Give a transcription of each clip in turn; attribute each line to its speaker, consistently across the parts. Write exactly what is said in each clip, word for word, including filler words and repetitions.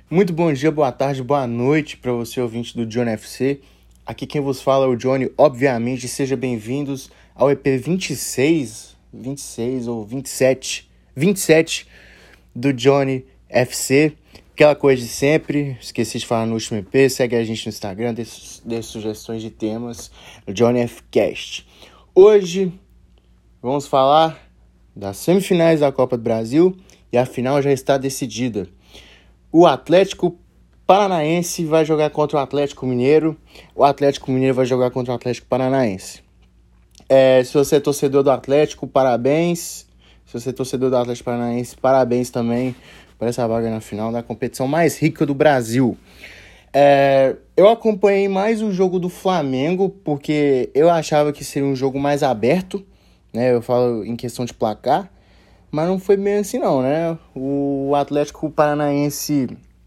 Speaker 1: Muito bom dia, boa tarde, boa noite para você, ouvinte do Johnny F C. Aqui quem vos fala é o Johnny, obviamente. Sejam bem-vindos ao E P vinte e seis, vinte e seis ou vinte e sete, vinte e sete do Johnny F C. Aquela coisa de sempre, esqueci de falar no último E P, segue a gente no Instagram, dê, dê sugestões de temas no Johnny F Cast. Hoje vamos falar das semifinais da Copa do Brasil e a final já está decidida. O Atlético Paranaense vai jogar contra o Atlético Mineiro. O Atlético Mineiro vai jogar contra o Atlético Paranaense. É, se você é torcedor do Atlético, parabéns. Se você é torcedor do Atlético Paranaense, parabéns também por essa vaga na final da competição mais rica do Brasil. É, eu acompanhei mais o jogo do Flamengo, porque eu achava que seria um jogo mais aberto, né? Eu falo em questão de placar. Mas não foi bem assim não, né? O Atlético Paranaense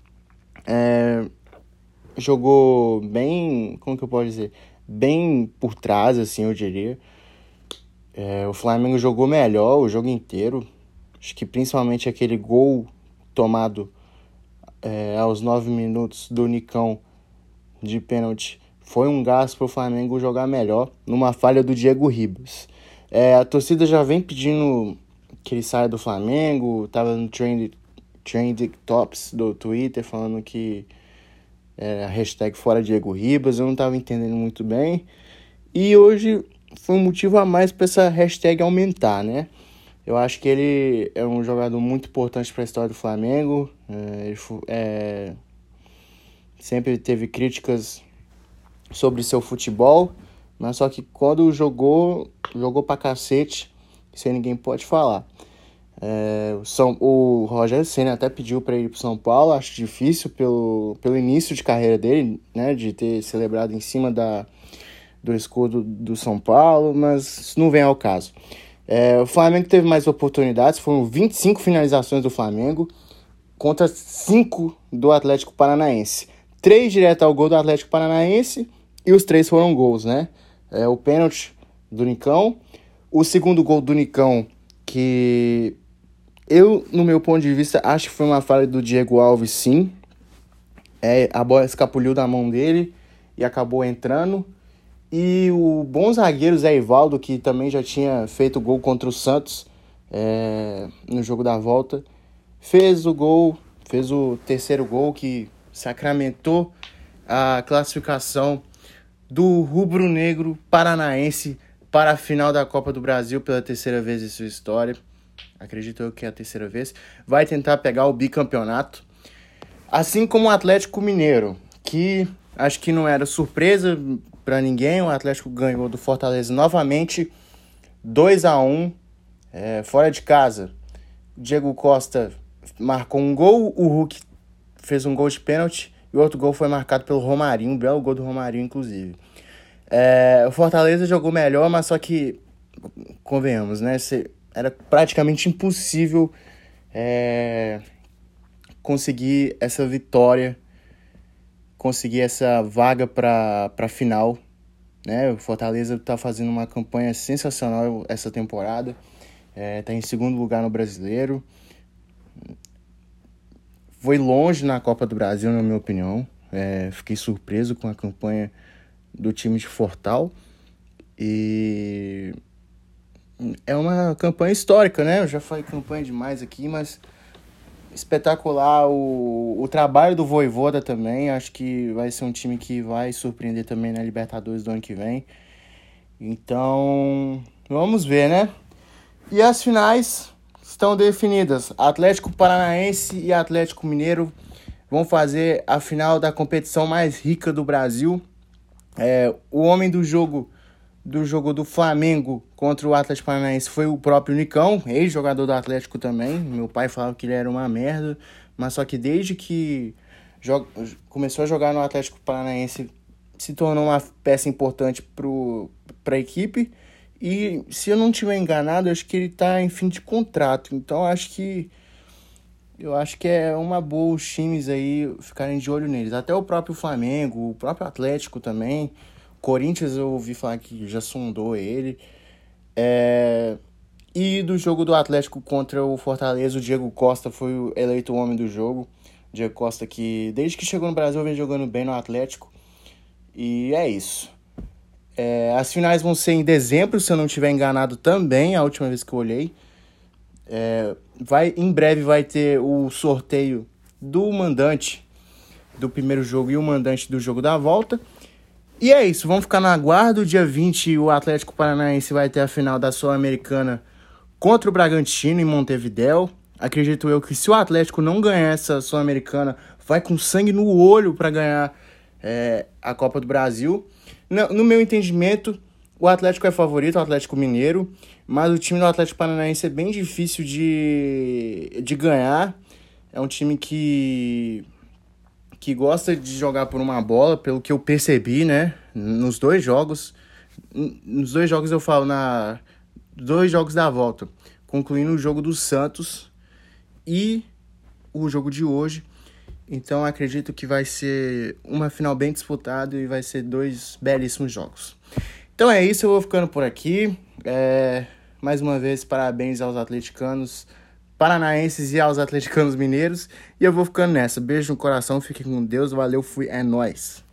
Speaker 1: é, jogou bem, como que eu posso dizer? Bem por trás, assim, eu diria. É, o Flamengo jogou melhor o jogo inteiro. Acho que principalmente aquele gol tomado é, aos nove minutos do Nicão de pênalti foi um gás para o Flamengo jogar melhor, numa falha do Diego Ribas. É, a torcida já vem pedindo que ele saia do Flamengo, tava no trend, trend tops do Twitter falando que é, a hashtag fora Diego Ribas, eu não tava entendendo muito bem. E hoje foi um motivo a mais para essa hashtag aumentar, né? Eu acho que ele é um jogador muito importante para a história do Flamengo. É, ele é, sempre teve críticas sobre seu futebol, mas só que quando jogou, jogou pra cacete, isso aí ninguém pode falar. É, o, São, o Rogério Ceni até pediu para ir para São Paulo, acho difícil pelo, pelo início de carreira dele, né, de ter celebrado em cima da, do escudo do São Paulo, mas isso não vem ao caso. É, o Flamengo teve mais oportunidades, foram vinte e cinco finalizações do Flamengo contra cinco do Atlético Paranaense. Três direto ao gol do Atlético Paranaense e os três foram gols, né? É, o pênalti do Nicão, o segundo gol do Nicão, que eu, no meu ponto de vista, acho que foi uma falha do Diego Alves, sim. É, a bola escapuliu da mão dele e acabou entrando. E o bom zagueiro Zé Ivaldo, que também já tinha feito gol contra o Santos é, no jogo da volta, fez o gol, fez o terceiro gol que sacramentou a classificação do rubro-negro paranaense para a final da Copa do Brasil pela terceira vez em sua história. Acredito eu que é a terceira vez. Vai tentar pegar o bicampeonato. Assim como o Atlético Mineiro, que acho que não era surpresa para ninguém. O Atlético ganhou do Fortaleza novamente, dois a um, é, fora de casa. O Diego Costa marcou um gol, o Hulk fez um gol de pênalti e o outro gol foi marcado pelo Romarinho, um belo gol do Romarinho, inclusive. É, o Fortaleza jogou melhor, mas só que, convenhamos, né? Era praticamente impossível é, conseguir essa vitória, conseguir essa vaga para a final, né? O Fortaleza está fazendo uma campanha sensacional essa temporada, está é, em segundo lugar no Brasileiro, foi longe na Copa do Brasil, na minha opinião. É, fiquei surpreso com a campanha do time de Fortal e é uma campanha histórica, né? Eu já falei campanha demais aqui, mas espetacular o, o trabalho do Vojvoda também. Acho que vai ser um time que vai surpreender também na Libertadores do ano que vem. Então, vamos ver, né? E as finais estão definidas. Atlético Paranaense e Atlético Mineiro vão fazer a final da competição mais rica do Brasil. É, o homem do jogo do jogo do Flamengo contra o Atlético Paranaense foi o próprio Nicão, ex-jogador do Atlético também. Meu pai falava que ele era uma merda, mas só que desde que joga, começou a jogar no Atlético Paranaense se tornou uma peça importante para a equipe. E se eu não estiver enganado, acho que ele está em fim de contrato. Então acho que eu acho que é uma boa os times aí ficarem de olho neles. Até o próprio Flamengo, o próprio Atlético também. Corinthians eu ouvi falar que já sondou ele. É... E do jogo do Atlético contra o Fortaleza, o Diego Costa foi eleito o homem do jogo. Diego Costa, que desde que chegou no Brasil vem jogando bem no Atlético. E é isso. É, as finais vão ser em dezembro, se eu não estiver enganado também, a última vez que eu olhei. É, vai, em breve vai ter o sorteio do mandante do primeiro jogo e o mandante do jogo da volta. E é isso, vamos ficar no aguardo. Dia vinte, o Atlético Paranaense vai ter a final da Sul-Americana contra o Bragantino em Montevidéu. Acredito eu que se o Atlético não ganhar essa Sul-Americana, vai com sangue no olho para ganhar é, a Copa do Brasil. No, no meu entendimento, o Atlético é favorito, o Atlético Mineiro, mas o time do Atlético Paranaense é bem difícil de, de ganhar. É um time que, que gosta de jogar por uma bola, pelo que eu percebi, né? Nos dois jogos. Nos dois jogos eu falo, na dois jogos da volta, concluindo o jogo do Santos e o jogo de hoje. Então acredito que vai ser uma final bem disputada e vai ser dois belíssimos jogos. Então é isso, eu vou ficando por aqui. É, mais uma vez, parabéns aos atleticanos paranaenses e aos atleticanos mineiros. E eu vou ficando nessa. Beijo no coração, fiquem com Deus, valeu, fui, é nóis.